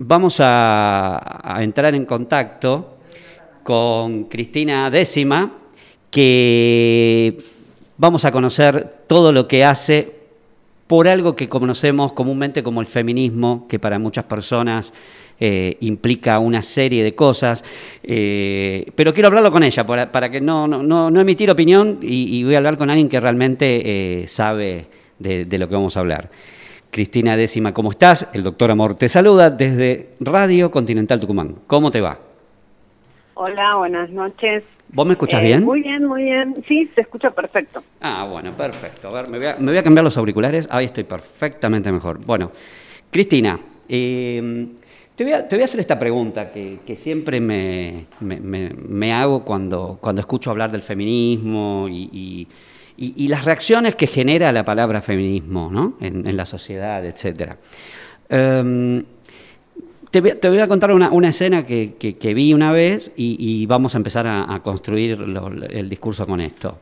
vamos a entrar en contacto con Cristina Décima, que vamos a conocer todo lo que hace por algo que conocemos comúnmente como el feminismo, que para muchas personas implica una serie de cosas, pero quiero hablarlo con ella para que no emitir opinión y voy a hablar con alguien que realmente sabe de lo que vamos a hablar. Cristina Décima, ¿cómo estás? El doctor Amor te saluda desde Radio Continental Tucumán. ¿Cómo te va? Hola, buenas noches. ¿Vos me escuchás bien? Muy bien, muy bien. Sí, se escucha perfecto. Ah, bueno, perfecto. A ver, me voy a cambiar los auriculares. Ahí estoy perfectamente mejor. Bueno, Cristina, te voy a hacer esta pregunta que siempre me hago cuando escucho hablar del feminismo y las reacciones que genera la palabra feminismo, ¿no? en la sociedad, etcétera. Te voy a contar una escena que vi una vez y vamos a empezar a construir el discurso con esto.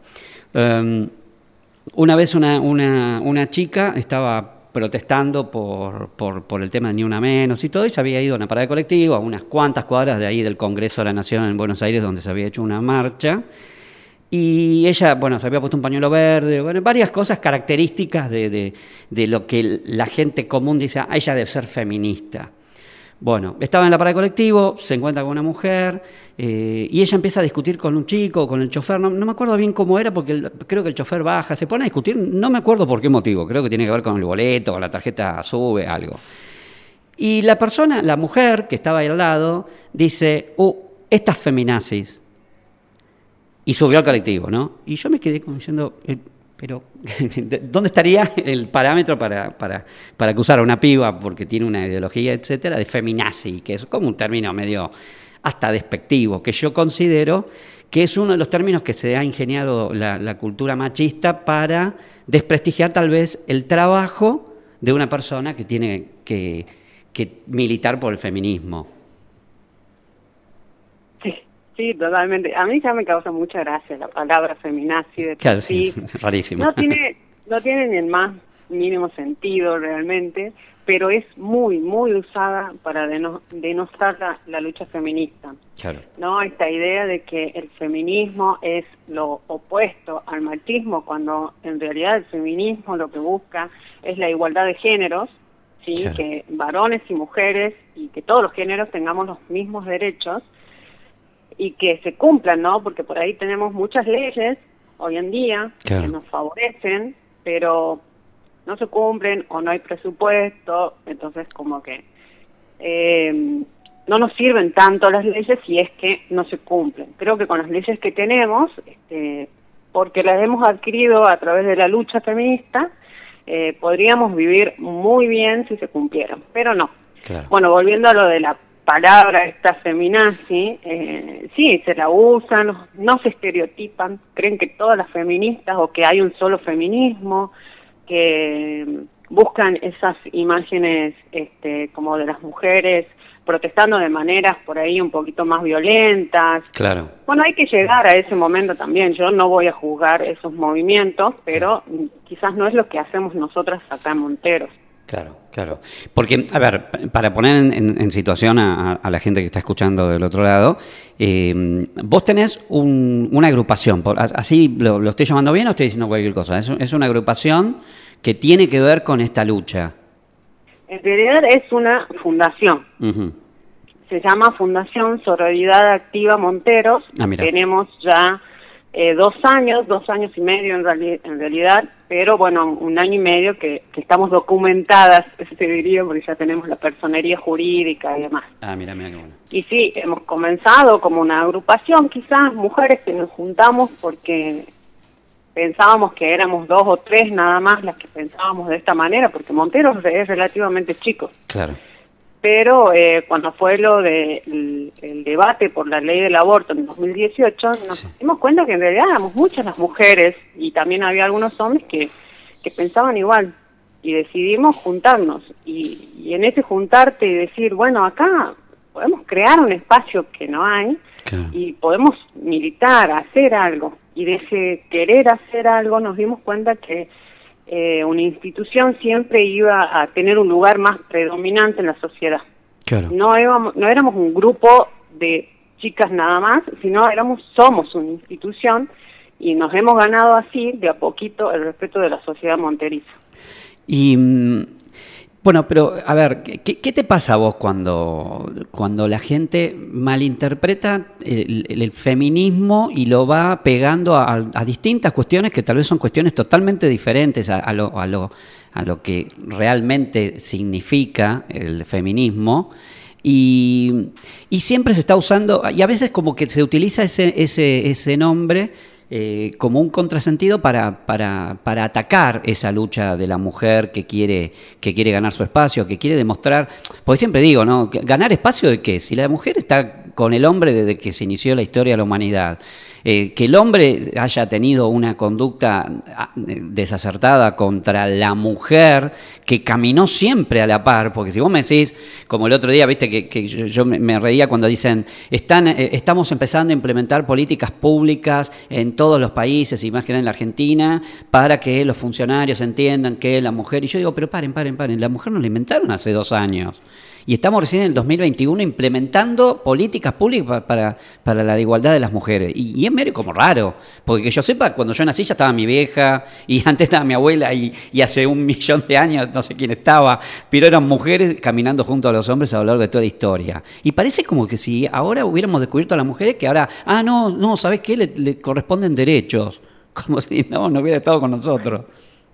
Una vez una chica estaba protestando por el tema de Ni Una Menos y todo, y se había ido a una parada de colectivo a unas cuantas cuadras de ahí del Congreso de la Nación en Buenos Aires, donde se había hecho una marcha. Y ella, se había puesto un pañuelo verde, varias cosas características de lo que la gente común dice, ella debe ser feminista. Bueno, estaba en la parada de colectivo, se encuentra con una mujer y ella empieza a discutir con un chico, con el chofer, no me acuerdo bien cómo era porque creo que el chofer baja, se pone a discutir, no me acuerdo por qué motivo, creo que tiene que ver con el boleto, con la tarjeta sube, algo. Y la mujer que estaba ahí al lado, dice, estas feminazis. Y subió al colectivo, ¿no? Y yo me quedé como diciendo, pero ¿dónde estaría el parámetro para acusar a una piba porque tiene una ideología, etcétera, de feminazi, que es como un término medio hasta despectivo, que yo considero que es uno de los términos que se ha ingeniado la cultura machista para desprestigiar tal vez el trabajo de una persona que tiene que militar por el feminismo. Sí, totalmente. A mí ya me causa mucha gracia la palabra feminazi. Claro, sí, rarísimo. No tiene ni el más mínimo sentido realmente, pero es muy, muy usada para denostar la lucha feminista. Claro. ¿No? Esta idea de que el feminismo es lo opuesto al machismo, cuando en realidad el feminismo lo que busca es la igualdad de géneros, ¿sí? Claro. Que varones y mujeres y que todos los géneros tengamos los mismos derechos y que se cumplan, ¿no? Porque por ahí tenemos muchas leyes hoy en día, claro, que nos favorecen, pero no se cumplen o no hay presupuesto, entonces como que no nos sirven tanto las leyes si es que no se cumplen. Creo que con las leyes que tenemos, porque las hemos adquirido a través de la lucha feminista, podríamos vivir muy bien si se cumplieran, pero no. Claro. Bueno, volviendo a lo de la palabra esta feminazi, sí, se la usan, no se estereotipan, creen que todas las feministas o que hay un solo feminismo, que buscan esas imágenes como de las mujeres protestando de maneras por ahí un poquito más violentas. Claro. Bueno, hay que llegar a ese momento también, yo no voy a juzgar esos movimientos, pero quizás no es lo que hacemos nosotras acá en Monteros. Claro. Porque, a ver, para poner en situación a la gente que está escuchando del otro lado, vos tenés una agrupación, así lo estoy llamando bien o estoy diciendo cualquier cosa, es una agrupación que tiene que ver con esta lucha. En realidad es una fundación. Uh-huh. Se llama Fundación Sororidad Activa Monteros. Tenemos ya 2 años y medio en realidad, pero bueno, 1 año y medio que estamos documentadas, se diría, porque ya tenemos la personería jurídica y demás. Mira qué bueno. Y sí, hemos comenzado como una agrupación, quizás mujeres que nos juntamos porque pensábamos que éramos 2 o 3 nada más las que pensábamos de esta manera, porque Monteros es relativamente chico. Claro. Pero cuando fue el debate por la ley del aborto en 2018, nos dimos cuenta que en realidad éramos muchas las mujeres y también había algunos hombres que pensaban igual y decidimos juntarnos. Y en ese juntarte y decir, bueno, acá podemos crear un espacio que no hay, claro, y podemos militar, hacer algo. Y de ese querer hacer algo nos dimos cuenta que una institución siempre iba a tener un lugar más predominante en la sociedad. Claro. No éramos un grupo de chicas nada más, sino somos una institución y nos hemos ganado así, de a poquito, el respeto de la sociedad monteriza. Y bueno, pero a ver, ¿qué te pasa a vos cuando la gente malinterpreta el feminismo y lo va pegando a distintas cuestiones que tal vez son cuestiones totalmente diferentes a lo que realmente significa el feminismo? Y siempre se está usando, y a veces como que se utiliza ese nombre como un contrasentido para atacar esa lucha de la mujer que quiere ganar su espacio, que quiere demostrar, porque siempre digo, ¿no? ¿Ganar espacio de qué? Si la mujer está con el hombre desde que se inició la historia de la humanidad, que el hombre haya tenido una conducta desacertada contra la mujer, que caminó siempre a la par, porque si vos me decís, como el otro día, viste que yo me reía cuando dicen, estamos empezando a implementar políticas públicas en todos los países, y más que nada en la Argentina, para que los funcionarios entiendan que la mujer, y yo digo, pero paren, la mujer no la inventaron hace 2 años. Y estamos recién en el 2021 implementando políticas públicas para la igualdad de las mujeres. Y es medio como raro, porque que yo sepa, cuando yo nací ya estaba mi vieja, y antes estaba mi abuela, y hace 1.000.000 de años no sé quién estaba, pero eran mujeres caminando junto a los hombres a lo largo de toda la historia. Y parece como que si ahora hubiéramos descubierto a las mujeres que ahora, no, ¿sabés qué? Le corresponden derechos. Como si no hubiera estado con nosotros.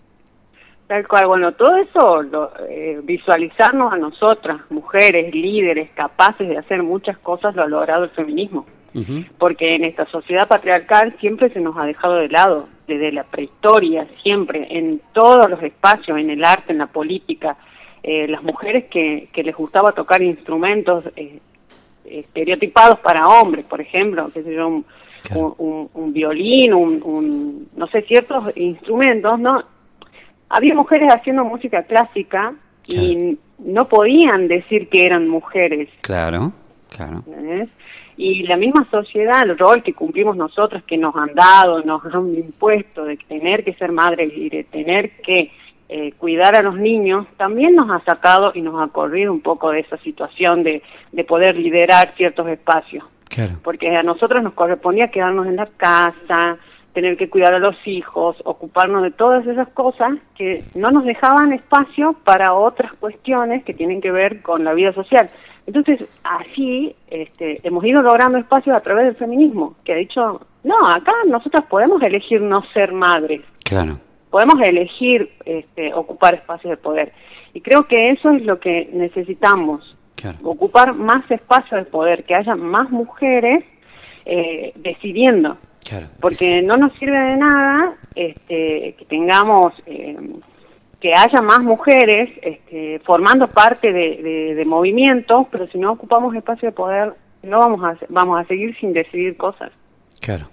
Tal cual, bueno, todo eso, visualizarnos a nosotras, mujeres, líderes, capaces de hacer muchas cosas, lo ha logrado el feminismo. Uh-huh. Porque en esta sociedad patriarcal siempre se nos ha dejado de lado, desde la prehistoria, siempre, en todos los espacios, en el arte, en la política, las mujeres que les gustaba tocar instrumentos estereotipados para hombres, por ejemplo, qué sé yo, un violín, no sé, ciertos instrumentos, ¿no? Había mujeres haciendo música clásica y no podían decir que eran mujeres. Claro. ¿Entendés? Y la misma sociedad, el rol que cumplimos nosotros, que nos han dado, nos han impuesto de tener que ser madres y de tener que cuidar a los niños, también nos ha sacado y nos ha corrido un poco de esa situación de poder liderar ciertos espacios. Claro. Porque a nosotros nos correspondía quedarnos en la casa, tener que cuidar a los hijos, ocuparnos de todas esas cosas que no nos dejaban espacio para otras cuestiones que tienen que ver con la vida social. Entonces, así hemos ido logrando espacios a través del feminismo, que ha dicho, no, acá nosotras podemos elegir no ser madres. Claro. Podemos elegir ocupar espacios de poder. Y creo que eso es lo que necesitamos, ocupar más espacios de poder, que haya más mujeres decidiendo. Claro. Porque no nos sirve de nada que tengamos, que haya más mujeres formando parte de movimientos, pero si no ocupamos espacio de poder, no vamos a seguir sin decidir cosas. Claro.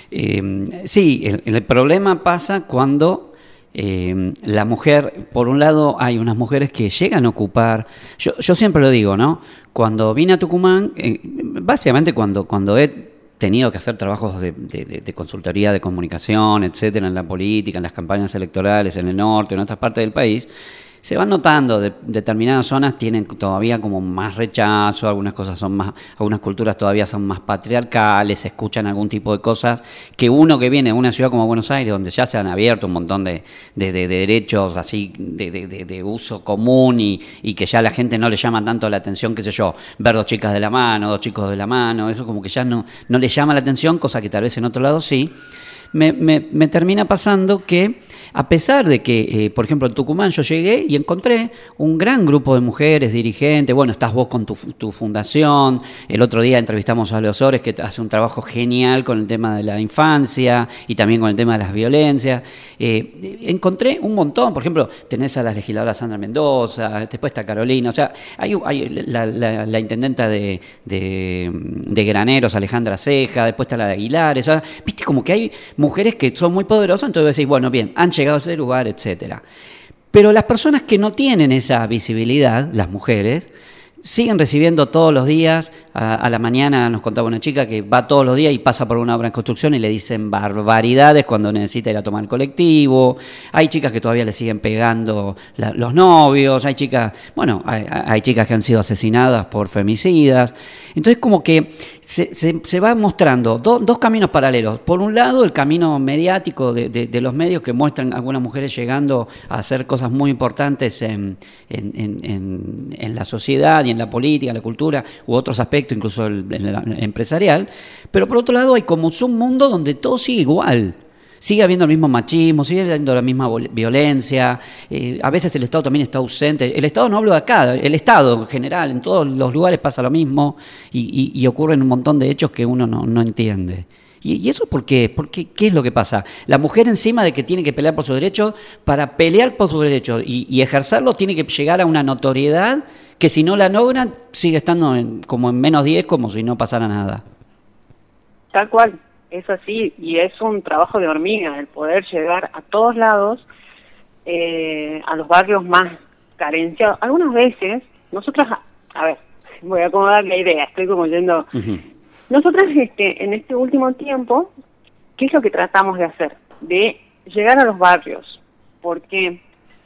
Sí, el problema pasa cuando la mujer, por un lado, hay unas mujeres que llegan a ocupar, yo siempre lo digo, ¿no? Cuando vine a Tucumán, básicamente cuando he tenido que hacer trabajos de consultoría, de comunicación, etcétera, en la política, en las campañas electorales, en el norte, en otras partes del país, se van notando determinadas zonas tienen todavía como más rechazo, algunas cosas son más, algunas culturas todavía son más patriarcales, se escuchan algún tipo de cosas que uno que viene de una ciudad como Buenos Aires, donde ya se han abierto un montón de derechos así de uso común y que ya a la gente no le llama tanto la atención, qué sé yo, ver 2 chicas de la mano, 2 chicos de la mano, eso como que ya no le llama la atención, cosa que tal vez en otro lado sí. Me termina pasando que, a pesar de que, por ejemplo, en Tucumán yo llegué y encontré un gran grupo de mujeres dirigentes, bueno, estás vos con tu fundación, el otro día entrevistamos a Ale Osores, que hace un trabajo genial con el tema de la infancia y también con el tema de las violencias. Encontré un montón, por ejemplo, tenés a la legisladora Sandra Mendoza, después está Carolina, o sea, hay la intendenta de Graneros, Alejandra Ceja, después está la de Aguilares, o sea, viste como que hay mujeres que son muy poderosas, entonces decís, bueno, bien, han llegado a ese lugar, etcétera. Pero las personas que no tienen esa visibilidad, las mujeres, siguen recibiendo todos los días, a la mañana nos contaba una chica que va todos los días y pasa por una obra en construcción y le dicen barbaridades cuando necesita ir a tomar el colectivo. Hay chicas que todavía le siguen pegando los novios, hay chicas que han sido asesinadas por femicidas. Entonces como que se va mostrando dos caminos paralelos. Por un lado, el camino mediático de los medios que muestran a algunas mujeres llegando a hacer cosas muy importantes en la sociedad y en la política, en la cultura u otros aspectos, incluso el empresarial. Pero por otro lado hay como un mundo donde todo sigue igual. Sigue habiendo el mismo machismo, sigue habiendo la misma violencia, a veces el Estado también está ausente. El Estado no hablo de acá, el Estado en general, en todos los lugares pasa lo mismo y ocurren un montón de hechos que uno no entiende. ¿Y eso por qué? ¿Qué es lo que pasa? La mujer encima de que tiene que pelear por sus derechos, para pelear por sus derechos y ejercerlos tiene que llegar a una notoriedad que si no la logran sigue estando como en menos 10, como si no pasara nada. Tal cual. Es así, y es un trabajo de hormiga el poder llegar a todos lados, a los barrios más carenciados. Algunas veces, nosotras, a ver, voy a acomodar la idea, estoy como yendo... Uh-huh. Nosotras en este último tiempo, ¿qué es lo que tratamos de hacer? De llegar a los barrios, porque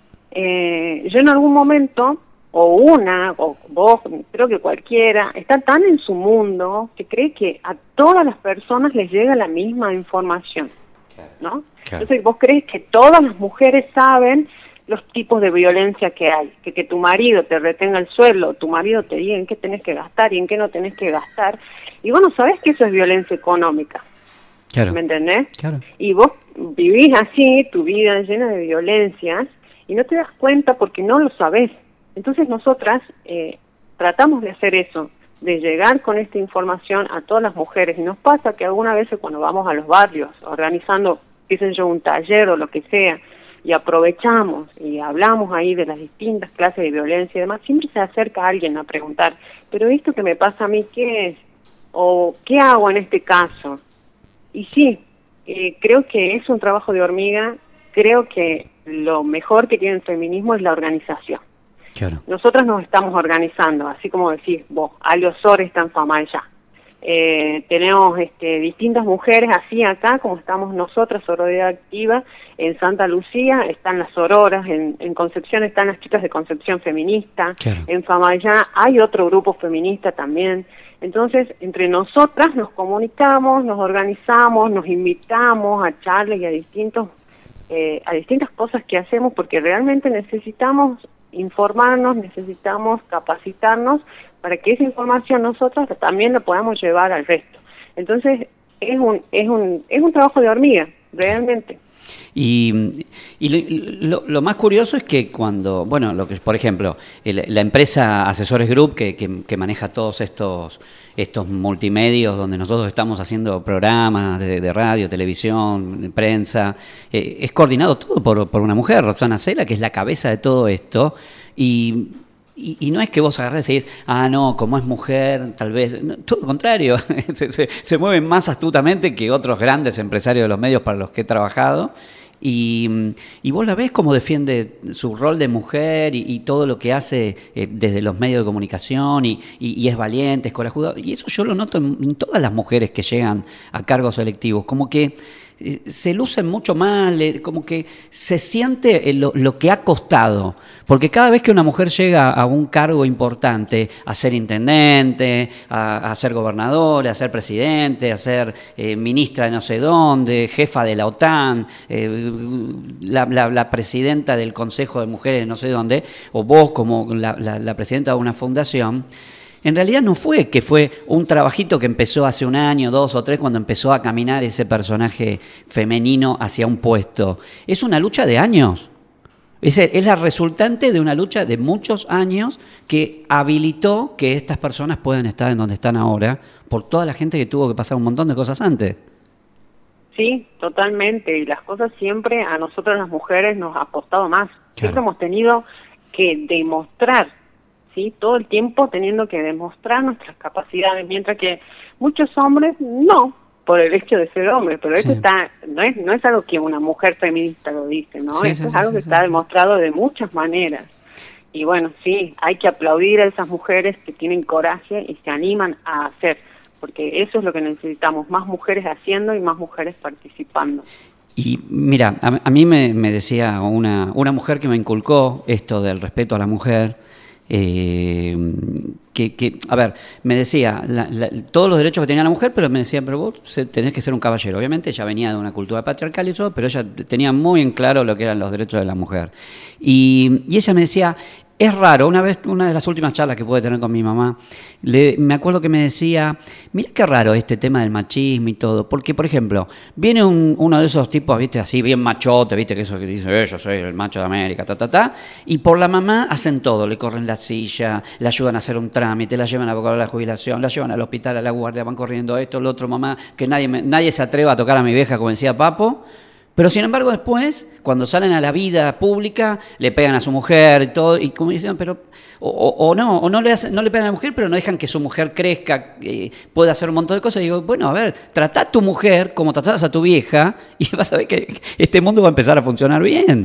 yo en algún momento... o vos, creo que cualquiera, está tan en su mundo que cree que a todas las personas les llega la misma información, ¿no? Claro. Entonces vos crees que todas las mujeres saben los tipos de violencia que hay, que tu marido te retenga el sueldo, tu marido te diga en qué tenés que gastar y en qué no tenés que gastar, y vos no sabés que eso es violencia económica. Claro. ¿Me entendés? Claro. Y vos vivís así, tu vida llena de violencias, y no te das cuenta porque no lo sabés. Entonces nosotras tratamos de hacer eso, de llegar con esta información a todas las mujeres. Y nos pasa que algunas veces cuando vamos a los barrios, organizando, qué sé yo, un taller o lo que sea, y aprovechamos y hablamos ahí de las distintas clases de violencia y demás, siempre se acerca alguien a preguntar, pero esto que me pasa a mí, ¿qué es? ¿O qué hago en este caso? Y sí, creo que es un trabajo de hormiga, creo que lo mejor que tiene el feminismo es la organización. Claro. Nosotras nos estamos organizando, así como decís vos, Ale Sor está en Famayá. Tenemos distintas mujeres así acá, como estamos nosotras, Sororidad Activa, en Santa Lucía están las sororas, en Concepción están las chicas de Concepción Feminista, claro. En Famayá hay otro grupo feminista también. Entonces, entre nosotras nos comunicamos, nos organizamos, nos invitamos a charlas y a distintas cosas que hacemos, porque realmente necesitamos informarnos, necesitamos capacitarnos para que esa información nosotros también la podamos llevar al resto. Entonces es un trabajo de hormiga, realmente. Y lo más curioso es que cuando, por ejemplo, la empresa Asesores Group que maneja todos estos multimedios donde nosotros estamos haciendo programas de radio, televisión, prensa, es coordinado todo por una mujer, Roxana Cela, que es la cabeza de todo esto, y no es que vos agarres y dices, no, como es mujer, tal vez, no, todo lo contrario, se mueve más astutamente que otros grandes empresarios de los medios para los que he trabajado. Y vos la ves cómo defiende su rol de mujer y todo lo que hace desde los medios de comunicación y es valiente, es corajuda. Y eso yo lo noto en todas las mujeres que llegan a cargos electivos, como que se lucen mucho más, como que se siente lo que ha costado. Porque cada vez que una mujer llega a un cargo importante, a ser intendente, a ser gobernadora, a ser presidente, a ser ministra de no sé dónde, jefa de la OTAN, la presidenta del Consejo de Mujeres de no sé dónde, o vos como la presidenta de una fundación, en realidad no fue que fue un trabajito que empezó hace un año, 2 o 3, cuando empezó a caminar ese personaje femenino hacia un puesto. Es una lucha de años. Es la resultante de una lucha de muchos años que habilitó que estas personas puedan estar en donde están ahora por toda la gente que tuvo que pasar un montón de cosas antes. Sí, totalmente. Y las cosas siempre a nosotros las mujeres nos ha costado más. Claro. Siempre hemos tenido que demostrar, ¿sí? Todo el tiempo teniendo que demostrar nuestras capacidades, mientras que muchos hombres no, por el hecho de ser hombres, pero eso no es algo que una mujer feminista lo dice, ¿no? Eso es algo que está demostrado de muchas maneras. Y bueno, sí, hay que aplaudir a esas mujeres que tienen coraje y se animan a hacer, porque eso es lo que necesitamos, más mujeres haciendo y más mujeres participando. Y mira, a mí me decía una mujer que me inculcó esto del respeto a la mujer, a ver, me decía todos los derechos que tenía la mujer, pero me decía, pero vos tenés que ser un caballero. Obviamente ella venía de una cultura patriarcal y todo, pero ella tenía muy en claro lo que eran los derechos de la mujer. Y ella me decía, es raro, una de las últimas charlas que pude tener con mi mamá, me acuerdo que me decía, mira qué raro este tema del machismo y todo, porque, por ejemplo, viene uno de esos tipos, viste, así, bien machote, viste, que eso que dice, yo soy el macho de América, y por la mamá hacen todo, le corren la silla, le ayudan a hacer un trámite, la llevan a cobrar la jubilación, la llevan al hospital, a la guardia, van corriendo esto, lo otro, mamá, que nadie se atreva a tocar a mi vieja, como decía Papo. Pero sin embargo después, cuando salen a la vida pública, le pegan a su mujer y todo, y como dicen, pero o no le pegan a la mujer, pero no dejan que su mujer crezca, pueda hacer un montón de cosas. Y digo, bueno, a ver, tratá a tu mujer como tratás a tu vieja, y vas a ver que este mundo va a empezar a funcionar bien.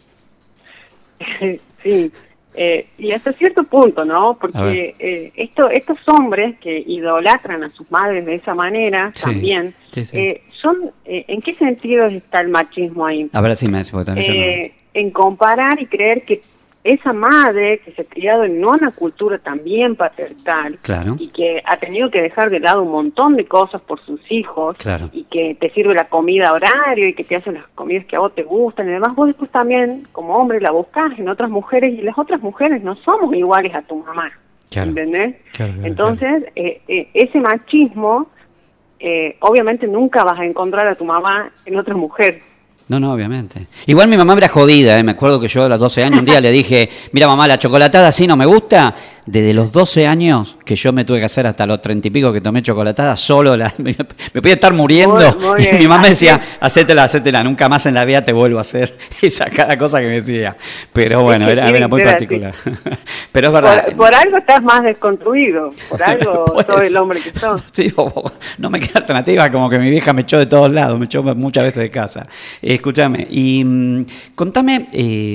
Sí, y hasta cierto punto, ¿no? Porque estos hombres que idolatran a sus madres de esa manera, sí, también, sí. ¿En qué sentido está el machismo ahí? A ver si me también en comparar y creer que esa madre que se ha criado en una cultura también patriarcal, claro, y que ha tenido que dejar de lado un montón de cosas por sus hijos, claro, y que te sirve la comida a horario y que te hace las comidas que a vos te gustan y demás, vos después también como hombre la buscás en otras mujeres, y las otras mujeres no somos iguales a tu mamá, claro, ¿entendés? Claro, entonces, ese machismo, obviamente nunca vas a encontrar a tu mamá en otra mujer. No, obviamente. Igual mi mamá era jodida, me acuerdo que yo a los 12 años un día le dije, mira mamá, la chocolatada así no me gusta. Desde los 12 años que yo me tuve que hacer hasta los 30 y pico que tomé chocolatada, solo me podía estar muriendo. Muy y mi mamá me decía, hacétela, nunca más en la vida te vuelvo a hacer esa cada cosa que me decía. Pero bueno, era muy particular. Pero es verdad. Por algo estás más desconstruido, por algo sos el hombre que sos. Sí, no me queda alternativa, como que mi vieja me echó de todos lados, me echó muchas veces de casa. Escúchame, y contame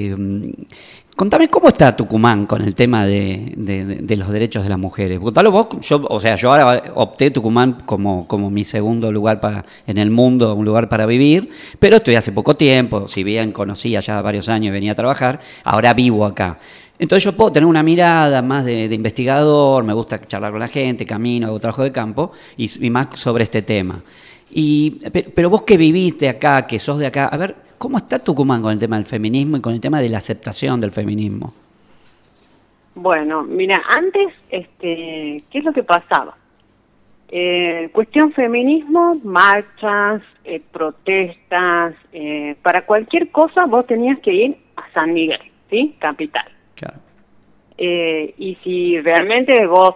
cómo está Tucumán con el tema de los derechos de las mujeres. Contalo vos, yo ahora opté Tucumán como mi segundo lugar en el mundo, un lugar para vivir, pero estoy hace poco tiempo, si bien conocía ya varios años y venía a trabajar, ahora vivo acá. Entonces yo puedo tener una mirada más de investigador, me gusta charlar con la gente, camino, hago trabajo de campo y más sobre este tema. Pero vos que viviste acá, que sos de acá, a ver, ¿cómo está Tucumán con el tema del feminismo y con el tema de la aceptación del feminismo? Bueno, mira, antes, ¿qué es lo que pasaba? Cuestión feminismo, marchas, protestas, para cualquier cosa vos tenías que ir a San Miguel, ¿sí? Capital. Claro. Y si realmente vos...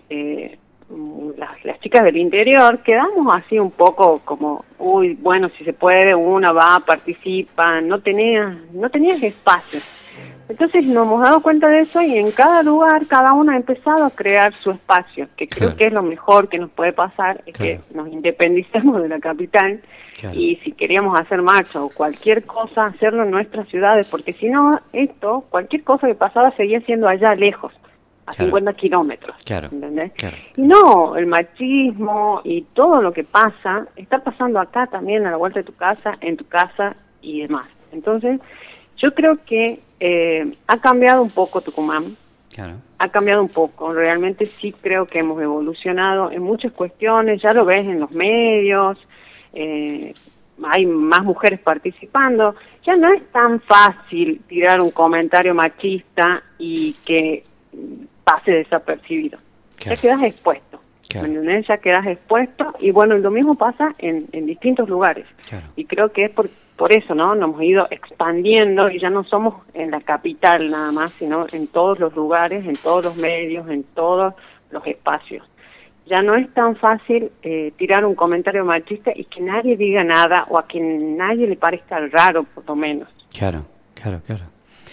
las chicas del interior quedamos así un poco como, uy, bueno, si se puede, una va, participa, no tenías espacio. Entonces nos hemos dado cuenta de eso y en cada lugar, cada uno ha empezado a crear su espacio, que creo que es lo mejor que nos puede pasar, es que nos independicemos de la capital y si queríamos hacer marcha o cualquier cosa, hacerlo en nuestras ciudades, porque si no, cualquier cosa que pasaba seguía siendo allá lejos. A 50 kilómetros, ¿entendés? Y no, el machismo y todo lo que pasa, está pasando acá también, a la vuelta de tu casa, en tu casa y demás. Entonces, yo creo que ha cambiado un poco Tucumán, ha cambiado un poco, realmente sí creo que hemos evolucionado en muchas cuestiones, ya lo ves en los medios, hay más mujeres participando, ya no es tan fácil tirar un comentario machista y que pase desapercibido. Ya quedas expuesto, ¿me entendés? Ya quedas expuesto y bueno, lo mismo pasa en distintos lugares. Y creo que es por eso, ¿no? Nos hemos ido expandiendo y ya no somos en la capital nada más, sino en todos los lugares, en todos los medios, en todos los espacios. Ya no es tan fácil tirar un comentario machista y que nadie diga nada o a que nadie le parezca raro, por lo menos. Claro.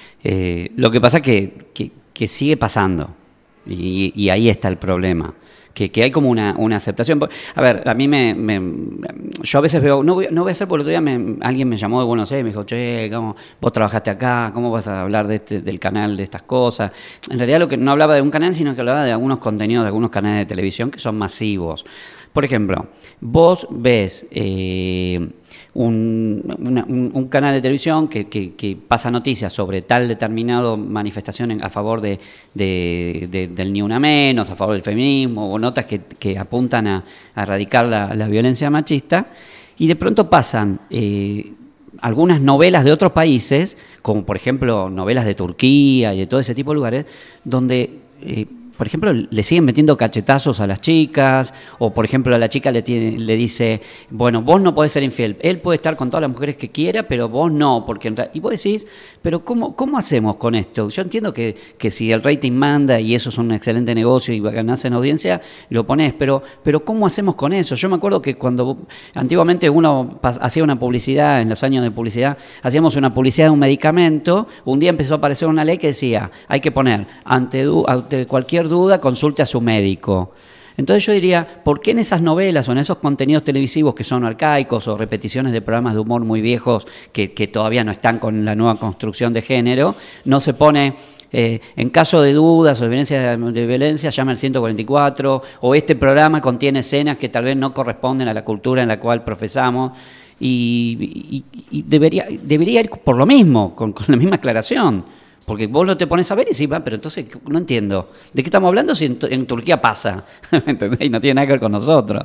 Lo que pasa que sigue pasando. Y ahí está el problema, que hay como una aceptación. A ver, a mí yo a veces veo, no voy a hacer, por el otro día alguien me llamó de Buenos Aires y me dijo, che, vos trabajaste acá, ¿cómo vas a hablar del canal, de estas cosas? En realidad lo que no hablaba de un canal, sino que hablaba de algunos contenidos de algunos canales de televisión que son masivos. Por ejemplo, vos ves un canal de televisión que pasa noticias sobre tal determinado manifestación a favor del Ni Una Menos, a favor del feminismo, o notas que apuntan a erradicar la violencia machista, y de pronto pasan algunas novelas de otros países, como por ejemplo novelas de Turquía y de todo ese tipo de lugares, donde por ejemplo, le siguen metiendo cachetazos a las chicas, o por ejemplo a la chica le dice, bueno, vos no podés ser infiel, él puede estar con todas las mujeres que quiera, pero vos no, porque y vos decís, pero ¿cómo hacemos con esto? Yo entiendo que si el rating manda y eso es un excelente negocio y ganás en audiencia, lo ponés, pero ¿cómo hacemos con eso? Yo me acuerdo que cuando antiguamente uno hacía una publicidad, en los años de publicidad, hacíamos una publicidad de un medicamento, un día empezó a aparecer una ley que decía, hay que poner ante cualquier duda, consulte a su médico. Entonces yo diría, ¿por qué en esas novelas o en esos contenidos televisivos que son arcaicos o repeticiones de programas de humor muy viejos que todavía no están con la nueva construcción de género, no se pone, en caso de dudas o de violencia, llama al 144, o este programa contiene escenas que tal vez no corresponden a la cultura en la cual profesamos? Y debería ir por lo mismo, con la misma aclaración. Porque vos lo te pones a ver y decís, pero entonces no entiendo. ¿De qué estamos hablando si en Turquía pasa? ¿Entendés? Y no tiene nada que ver con nosotros.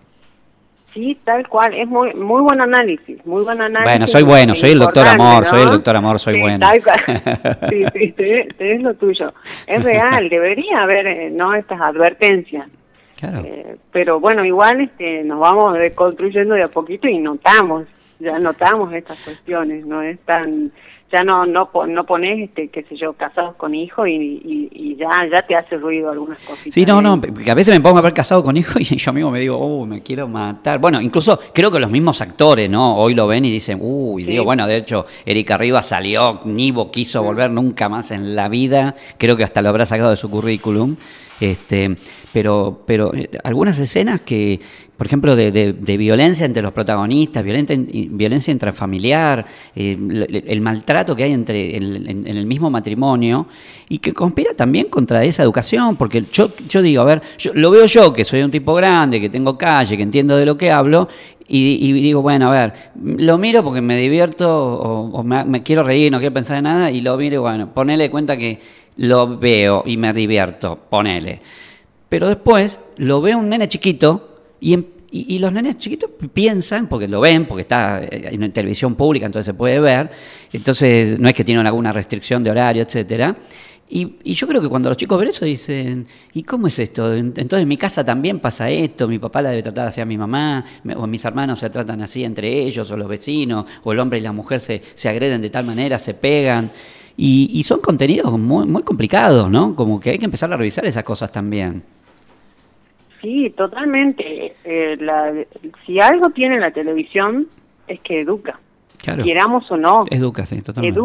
Sí, tal cual. Es muy muy buen análisis, muy buen análisis. Bueno, soy el doctor Amor, ¿no? Soy el doctor Amor, soy sí, bueno. Tal cual. Sí, tenés lo tuyo. Es real, debería haber no estas advertencias. Claro. Pero bueno, igual nos vamos construyendo de a poquito y ya notamos estas cuestiones, no es tan... Ya no pones, qué sé yo, casados con hijos y ya te hace ruido algunas cositas. Sí, no, que a veces me pongo a ver casado con hijos y yo mismo me digo, me quiero matar. Bueno, incluso creo que los mismos actores, ¿no? Hoy lo ven y dicen, sí. Digo, bueno, de hecho, Erika Rivas salió, Nivo quiso volver nunca más en la vida, creo que hasta lo habrá sacado de su currículum. Pero algunas escenas que, por ejemplo, de violencia entre los protagonistas, violencia intrafamiliar, el maltrato que hay en el mismo matrimonio y que conspira también contra esa educación, porque yo digo, a ver, lo veo yo, que soy un tipo grande, que tengo calle, que entiendo de lo que hablo, y digo, bueno, a ver, lo miro porque me divierto o me quiero reír, no quiero pensar en nada, y lo miro y bueno, ponele cuenta que lo veo y me divierto, ponele. Pero después lo ve un nene chiquito y los nenes chiquitos piensan, porque lo ven, porque está en televisión pública, entonces se puede ver, entonces no es que tienen alguna restricción de horario, etcétera. Y yo creo que cuando los chicos ven eso dicen, ¿y cómo es esto? Entonces en mi casa también pasa esto, mi papá la debe tratar así a mi mamá, o mis hermanos se tratan así entre ellos, o los vecinos, o el hombre y la mujer se agreden de tal manera, se pegan. Y son contenidos muy, muy complicados, ¿no? Como que hay que empezar a revisar esas cosas también. Sí, totalmente. Si algo tiene la televisión es que educa. Claro. Queramos o no. Educa, sí, totalmente.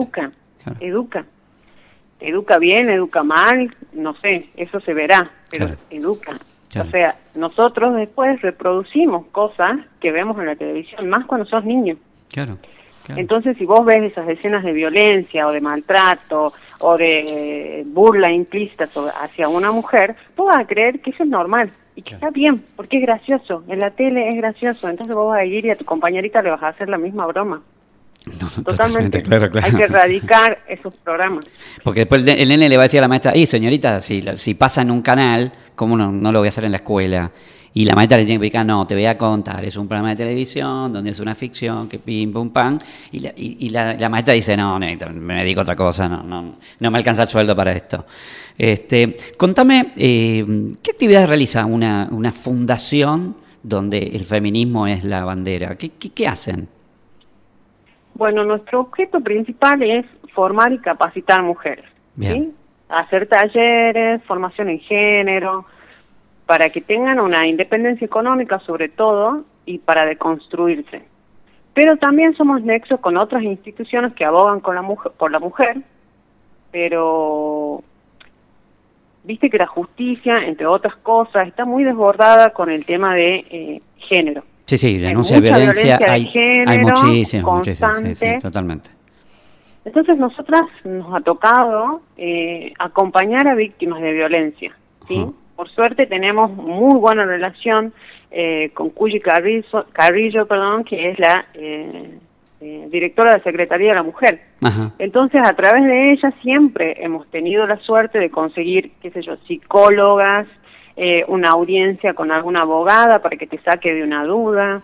Educa bien, educa mal, no sé, eso se verá, pero educa. Claro. O sea, nosotros después reproducimos cosas que vemos en la televisión, más cuando sos niño. Claro. Entonces, si vos ves esas escenas de violencia o de maltrato o de burla implícita hacia una mujer, vos vas a creer que eso es normal y que está bien, porque es gracioso. En la tele es gracioso, entonces vos vas a ir y a tu compañerita le vas a hacer la misma broma. No, totalmente, claro. Hay que erradicar esos programas. Porque después el nene le va a decir a la maestra, señorita, si pasa en un canal, ¿cómo no lo voy a hacer en la escuela? Y la maestra le tiene que explicar, no, te voy a contar, es un programa de televisión donde es una ficción, que pim, pum, pam. Y la maestra dice, no, me dedico a otra cosa, no me alcanza el sueldo para esto. Contame, ¿qué actividades realiza una fundación donde el feminismo es la bandera? ¿Qué hacen? Bueno, nuestro objeto principal es formar y capacitar mujeres. ¿Sí? Hacer talleres, formación en género, para que tengan una independencia económica sobre todo y para deconstruirse. Pero también somos nexo con otras instituciones que abogan por la mujer, pero viste que la justicia, entre otras cosas, está muy desbordada con el tema de género. Sí, denuncia de violencia hay muchísimo, constante. Sí, totalmente. Entonces nosotras nos ha tocado acompañar a víctimas de violencia, ¿sí? Uh-huh. Por suerte tenemos muy buena relación con Cuyi Carrillo, que es la directora de la Secretaría de la Mujer. Uh-huh. Entonces, a través de ella siempre hemos tenido la suerte de conseguir, psicólogas, una audiencia con alguna abogada para que te saque de una duda,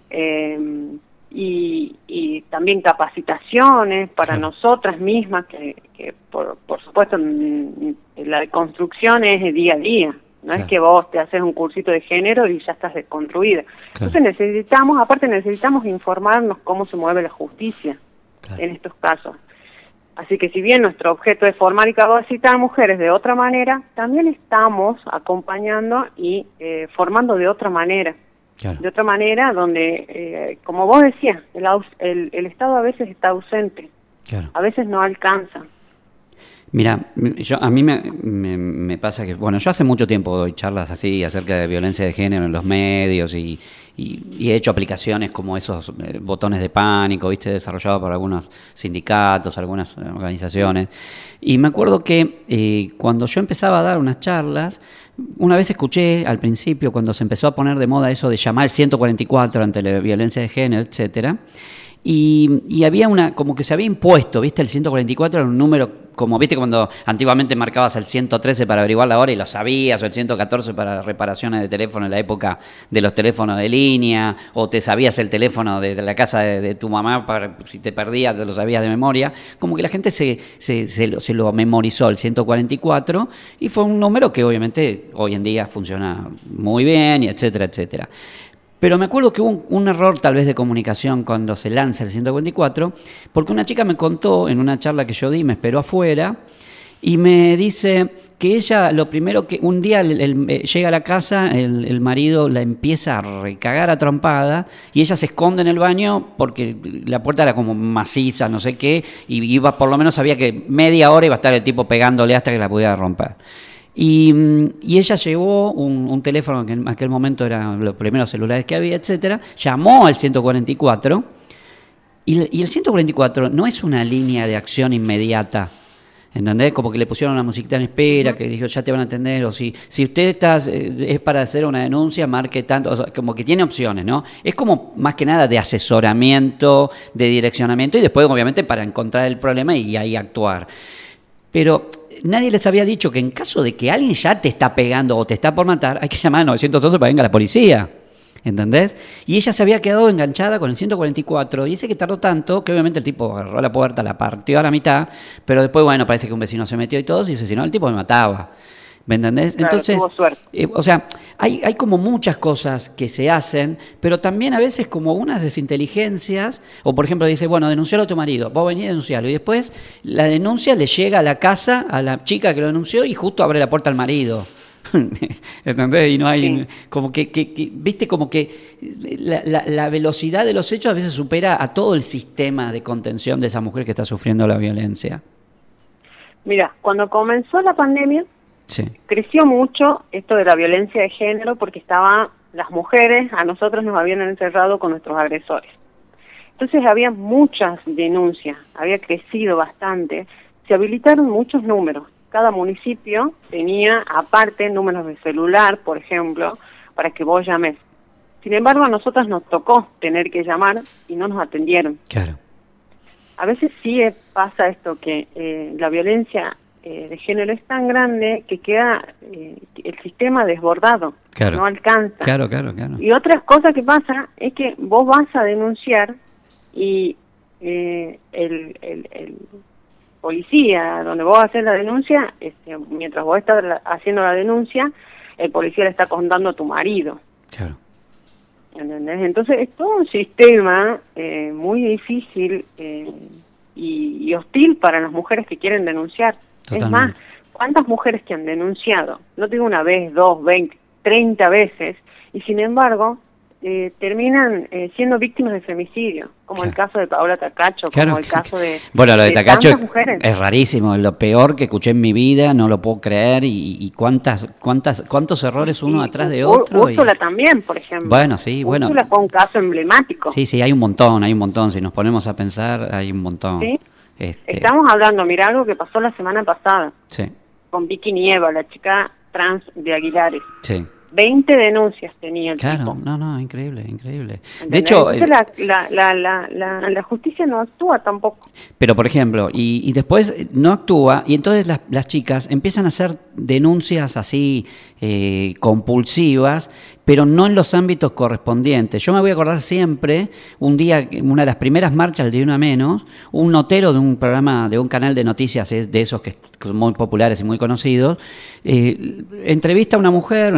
y también capacitaciones para nosotras mismas, que por supuesto la construcción es de día a día, no es que vos te haces un cursito de género y ya estás desconstruida. Entonces necesitamos informarnos cómo se mueve la justicia en estos casos. Así que si bien nuestro objeto es formar y capacitar mujeres de otra manera, también estamos acompañando y formando de otra manera. De otra manera donde, como vos decías, el Estado a veces está ausente, a veces no alcanza. Mira, a mí me pasa que, yo hace mucho tiempo doy charlas así acerca de violencia de género en los medios y he hecho aplicaciones como esos botones de pánico, desarrollados por algunos sindicatos, algunas organizaciones. Y me acuerdo que cuando yo empezaba a dar unas charlas, una vez escuché al principio, cuando se empezó a poner de moda eso de llamar al 144 ante la violencia de género, etcétera, y había como que se había impuesto, el 144 era un número, como cuando antiguamente marcabas el 113 para averiguar la hora y lo sabías, o el 114 para reparaciones de teléfono en la época de los teléfonos de línea, o te sabías el teléfono de la casa de tu mamá, para si te perdías te lo sabías de memoria, como que la gente se lo memorizó el 144, y fue un número que obviamente hoy en día funciona muy bien, y etcétera, etcétera. Pero me acuerdo que hubo un error tal vez de comunicación cuando se lanza el 144, porque una chica me contó en una charla que yo di, me esperó afuera, y me dice que ella, lo primero que un día llega a la casa, el marido la empieza a recagar a trompada, y ella se esconde en el baño porque la puerta era como maciza, no sé qué, y por lo menos sabía que media hora iba a estar el tipo pegándole hasta que la pudiera romper. Y ella llevó un teléfono que en aquel momento eran los primeros celulares que había, etcétera, llamó al 144, y el 144 no es una línea de acción inmediata, ¿entendés? Como que le pusieron una musiquita en espera, que dijo ya te van a atender, o si usted es para hacer una denuncia, marque tanto, o sea, como que tiene opciones, ¿no? Es como más que nada de asesoramiento, de direccionamiento, y después obviamente para encontrar el problema y ahí actuar. Pero nadie les había dicho que en caso de que alguien ya te está pegando o te está por matar, hay que llamar al 911 para que venga la policía, ¿entendés? Y ella se había quedado enganchada con el 144, y ese que tardó tanto, que obviamente el tipo agarró la puerta, la partió a la mitad, pero después, parece que un vecino se metió y todo, y dice, si no, el tipo me mataba. ¿Me entendés? Claro, entonces, o sea, hay como muchas cosas que se hacen, pero también a veces como unas desinteligencias, o por ejemplo dice, denuncialo a tu marido, vos venís a denunciarlo, y después la denuncia le llega a la casa, a la chica que lo denunció, y justo abre la puerta al marido. ¿Entendés? Y no hay, como que viste, como que la velocidad de los hechos a veces supera a todo el sistema de contención de esa mujer que está sufriendo la violencia. Mira, cuando comenzó la pandemia, creció mucho esto de la violencia de género, porque las mujeres, a nosotros nos habían encerrado con nuestros agresores. Entonces había muchas denuncias, había crecido bastante, se habilitaron muchos números. Cada municipio tenía aparte números de celular, por ejemplo, para que vos llames. Sin embargo, a nosotras nos tocó tener que llamar y no nos atendieron. Claro. A veces sí pasa esto, que la violencia de género es tan grande que queda el sistema desbordado, no alcanza. Claro. Y otras cosas que pasa es que vos vas a denunciar y el policía, donde vos haces la denuncia, mientras vos estás haciendo la denuncia, el policía le está contando a tu marido. Claro. ¿Entendés? Entonces es todo un sistema muy difícil y hostil para las mujeres que quieren denunciar. Totalmente. Es más, ¿cuántas mujeres que han denunciado? No te digo una vez, 2, 20, 30 veces, y sin embargo terminan siendo víctimas de femicidio, como el caso de Paola Tacacho, como el caso de... Bueno, lo de Tacacho es rarísimo, es lo peor que escuché en mi vida, no lo puedo creer, y cuántos errores uno atrás de otro. Úrsula también, por ejemplo. Bueno, sí, bueno. Úrsula fue un caso emblemático. Sí, hay un montón, si nos ponemos a pensar, hay un montón. ¿Sí? Estamos hablando, mira, algo que pasó la semana pasada, con Vicky Nieva, la chica trans de Aguilares. Sí. 20 denuncias tenía el tipo. No, increíble. ¿Entendés? De hecho, la justicia no actúa tampoco. Pero, por ejemplo, y después no actúa, y entonces las chicas empiezan a hacer denuncias así compulsivas, pero no en los ámbitos correspondientes. Yo me voy a acordar siempre, un día, una de las primeras marchas de Una Menos, un notero de un programa, de un canal de noticias de esos que son muy populares y muy conocidos, entrevista a una mujer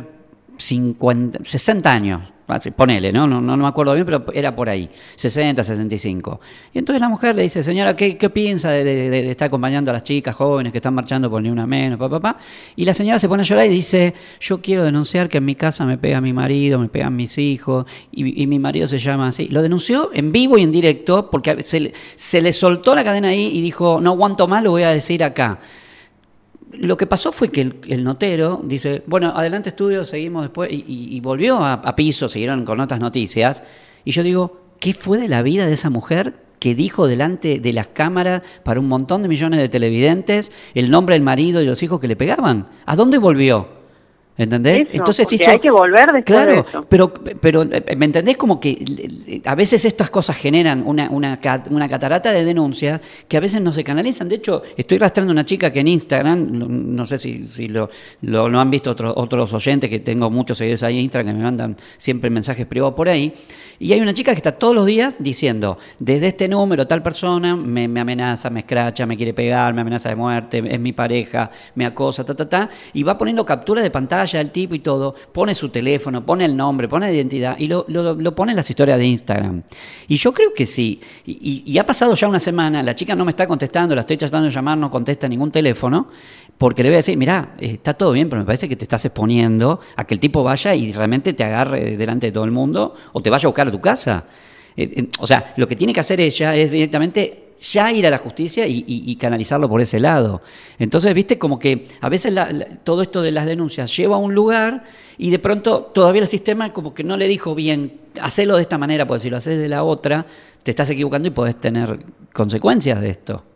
60 años, ponele, no me acuerdo bien, pero era por ahí, 60, 65. Y entonces la mujer le dice, señora, ¿qué piensa de estar acompañando a las chicas jóvenes que están marchando por Ni Una Menos, papá? Y la señora se pone a llorar y dice, yo quiero denunciar que en mi casa me pega mi marido, me pegan mis hijos, y mi marido se llama así. Lo denunció en vivo y en directo, porque se le soltó la cadena ahí y dijo, no aguanto más, lo voy a decir acá. Lo que pasó fue que el notero dice, bueno, adelante estudio, seguimos después, y volvió a piso, siguieron con otras noticias, y yo digo, ¿qué fue de la vida de esa mujer que dijo delante de las cámaras para un montón de millones de televidentes el nombre del marido y los hijos que le pegaban? ¿A dónde volvió? ¿Entendés? Eso, entonces hay que volver después de eso. Pero ¿me entendés? Como que a veces estas cosas generan una catarata de denuncias que a veces no se canalizan. De hecho, estoy rastreando una chica que en Instagram, no sé si lo han visto otros oyentes, que tengo muchos seguidores ahí en Instagram que me mandan siempre mensajes privados por ahí, y hay una chica que está todos los días diciendo, desde este número tal persona me amenaza, me escracha, me quiere pegar, me amenaza de muerte, es mi pareja, me acosa, y va poniendo capturas de pantalla el tipo y todo, pone su teléfono, pone el nombre, pone la identidad y lo pone en las historias de Instagram. Y yo creo que sí, y ha pasado ya una semana, la chica no me está contestando, la estoy tratando de llamar, no contesta ningún teléfono, porque le voy a decir, mirá, está todo bien, pero me parece que te estás exponiendo a que el tipo vaya y realmente te agarre delante de todo el mundo o te vaya a buscar a tu casa. O sea, lo que tiene que hacer ella es directamente ya ir a la justicia y canalizarlo por ese lado. Entonces, viste, como que a veces todo esto de las denuncias lleva a un lugar y de pronto todavía el sistema como que no le dijo bien, hacelo de esta manera, porque si lo haces de la otra, te estás equivocando y podés tener consecuencias de esto.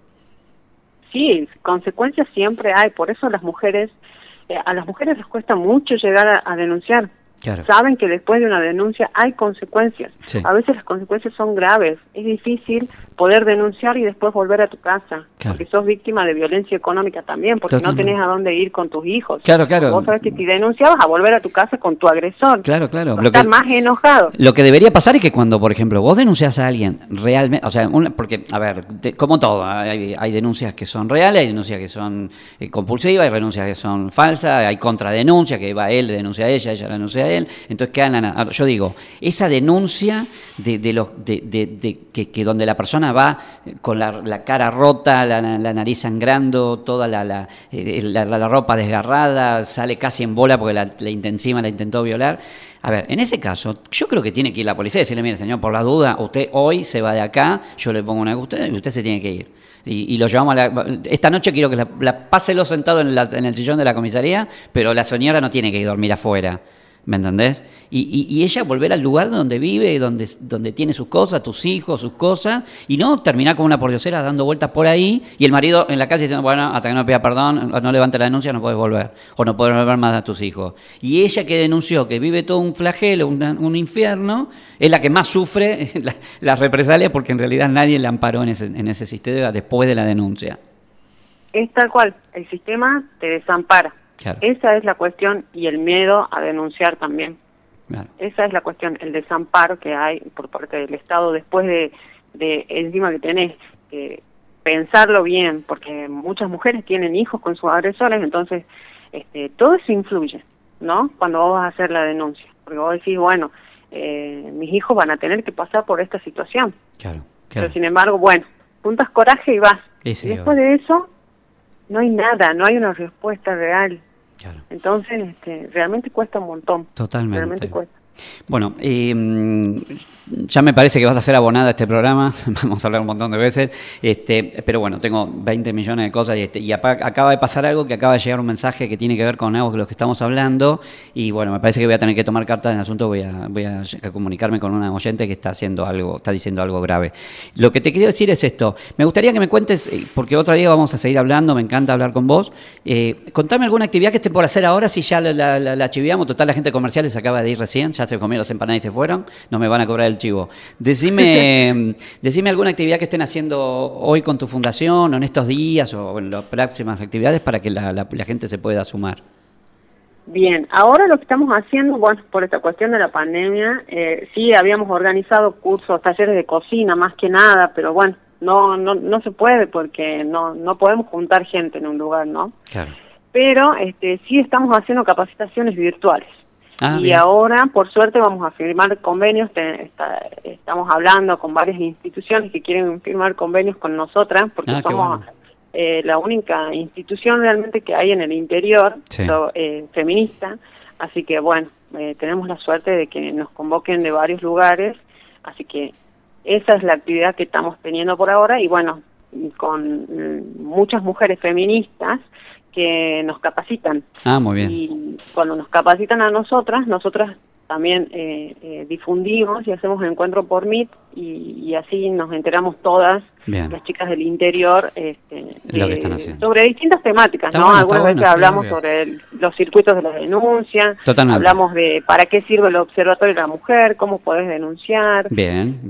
Sí, consecuencias siempre hay, por eso a las mujeres les cuesta mucho llegar a denunciar. Claro. Saben que después de una denuncia hay consecuencias. Sí. A veces las consecuencias son graves. Es difícil poder denunciar y después volver a tu casa. Claro. Porque sos víctima de violencia económica también, porque Totalmente. no tenés a dónde ir con tus hijos. Claro. Vos sabés que si denunciabas a volver a tu casa con tu agresor. Claro. Estás más enojado. Lo que debería pasar es que cuando, por ejemplo, vos denunciás a alguien realmente, o sea, porque, a ver, como todo, hay denuncias que son reales, hay denuncias que son compulsivas, hay denuncias que son falsas, hay contradenuncias, que va él, le denuncia a ella le denuncia a él. Entonces yo digo, esa denuncia que donde la persona va con la cara rota, la nariz sangrando, toda la ropa desgarrada, sale casi en bola porque encima la intentó violar. A ver, en ese caso, yo creo que tiene que ir la policía y decirle, mire, señor, por la duda, usted hoy se va de acá, yo le pongo una y usted se tiene que ir. Y lo llevamos esta noche quiero que páselo sentado en el sillón de la comisaría, pero la señora no tiene que ir a dormir afuera. ¿Me entendés? Y ella volver al lugar donde vive, donde tiene sus cosas, tus hijos, sus cosas, y no terminar como una pordiosera dando vueltas por ahí, y el marido en la calle diciendo, bueno, hasta que no pida perdón, no levante la denuncia, no puedes volver, o no puedes volver más a tus hijos. Y ella que denunció que vive todo un flagelo, un infierno, es la que más sufre las represalias, porque en realidad nadie la amparó en ese sistema después de la denuncia. Es tal cual, el sistema te desampara. Claro. Esa es la cuestión, y el miedo a denunciar también. Claro. Esa es la cuestión, el desamparo que hay por parte del Estado después de encima que tenés que pensarlo bien, porque muchas mujeres tienen hijos con sus agresores, entonces todo eso influye, ¿no? Cuando vos vas a hacer la denuncia, porque vos decís, bueno, mis hijos van a tener que pasar por esta situación. Claro. Pero sin embargo, bueno, juntas coraje y vas. Sí, y después de eso, no hay nada, no hay una respuesta real. Claro. Entonces, realmente cuesta un montón. Totalmente. Realmente cuesta. Bueno, ya me parece que vas a ser abonada a este programa, vamos a hablar un montón de veces, pero bueno, tengo 20 millones de cosas y acaba de pasar algo, que acaba de llegar un mensaje que tiene que ver con algo de lo que estamos hablando y bueno, me parece que voy a tener que tomar cartas en el asunto, voy a comunicarme con una oyente que está diciendo algo grave. Lo que te quiero decir es esto, me gustaría que me cuentes, porque otro día vamos a seguir hablando, me encanta hablar con vos, contame alguna actividad que esté por hacer ahora, si ya la chiviamos, total la gente comercial se acaba de ir recién, ya se comieron las empanadas y se fueron, no me van a cobrar el chivo. Decime alguna actividad que estén haciendo hoy con tu fundación, o en estos días, o en las próximas actividades para que la gente se pueda sumar. Bien, ahora lo que estamos haciendo, bueno, por esta cuestión de la pandemia, sí habíamos organizado cursos, talleres de cocina más que nada, pero bueno, no se puede porque no podemos juntar gente en un lugar, ¿no? Claro. Pero sí estamos haciendo capacitaciones virtuales. Y bien. Ahora, por suerte, vamos a firmar convenios. Estamos hablando con varias instituciones que quieren firmar convenios con nosotras, porque somos la única institución realmente que hay en el interior, sí. Feminista. Así que, bueno, tenemos la suerte de que nos convoquen de varios lugares. Así que esa es la actividad que estamos teniendo por ahora. Y, bueno, con muchas mujeres feministas que nos capacitan. Muy bien. Y cuando nos capacitan a nosotras también difundimos y hacemos encuentro por Meet y así nos enteramos todas, bien. Las chicas del interior, lo que están haciendo. Sobre distintas temáticas, ¿no? Algunas veces hablamos sobre los circuitos de la denuncia, totalmente. Hablamos de para qué sirve el Observatorio de la Mujer, cómo podés denunciar. Bien.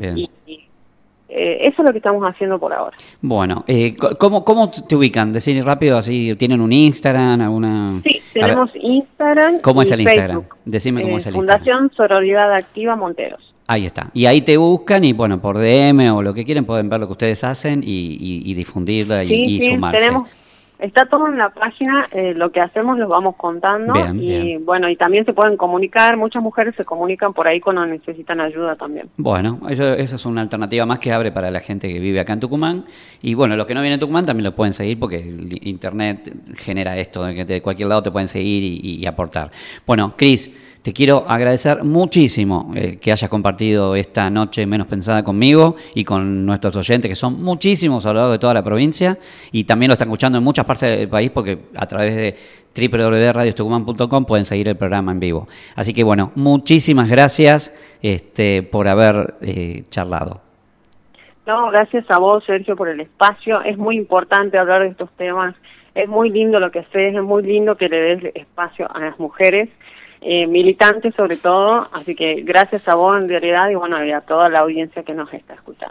Eso es lo que estamos haciendo por ahora. Bueno, ¿cómo te ubican? Decir rápido, así, ¿tienen un Instagram, alguna...? Sí, tenemos Instagram. ¿Cómo es el Instagram? Facebook. Decime cómo es el Fundación Instagram. Sororidad Activa Monteros. Ahí está. Y ahí te buscan y, bueno, por DM o lo que quieren pueden ver lo que ustedes hacen y difundirla y sumarse. Está todo en la página, lo que hacemos lo vamos contando. Bien. Bueno, y también se pueden comunicar, muchas mujeres se comunican por ahí cuando necesitan ayuda también. Bueno, eso es una alternativa más que abre para la gente que vive acá en Tucumán. Y bueno, los que no vienen a Tucumán también lo pueden seguir porque el Internet genera esto, de que de cualquier lado te pueden seguir y aportar. Bueno, Cris, te quiero agradecer muchísimo que hayas compartido esta noche menos pensada conmigo y con nuestros oyentes, que son muchísimos a lo largo de toda la provincia y también lo están escuchando en muchas partes del país porque a través de www.radiostucumán.com pueden seguir el programa en vivo. Así que bueno, muchísimas gracias por haber charlado. No, gracias a vos, Sergio, por el espacio. Es muy importante hablar de estos temas. Es muy lindo lo que haces, es muy lindo que le des espacio a las mujeres. Militantes sobre todo, así que gracias a vos en realidad y bueno, y a toda la audiencia que nos está escuchando.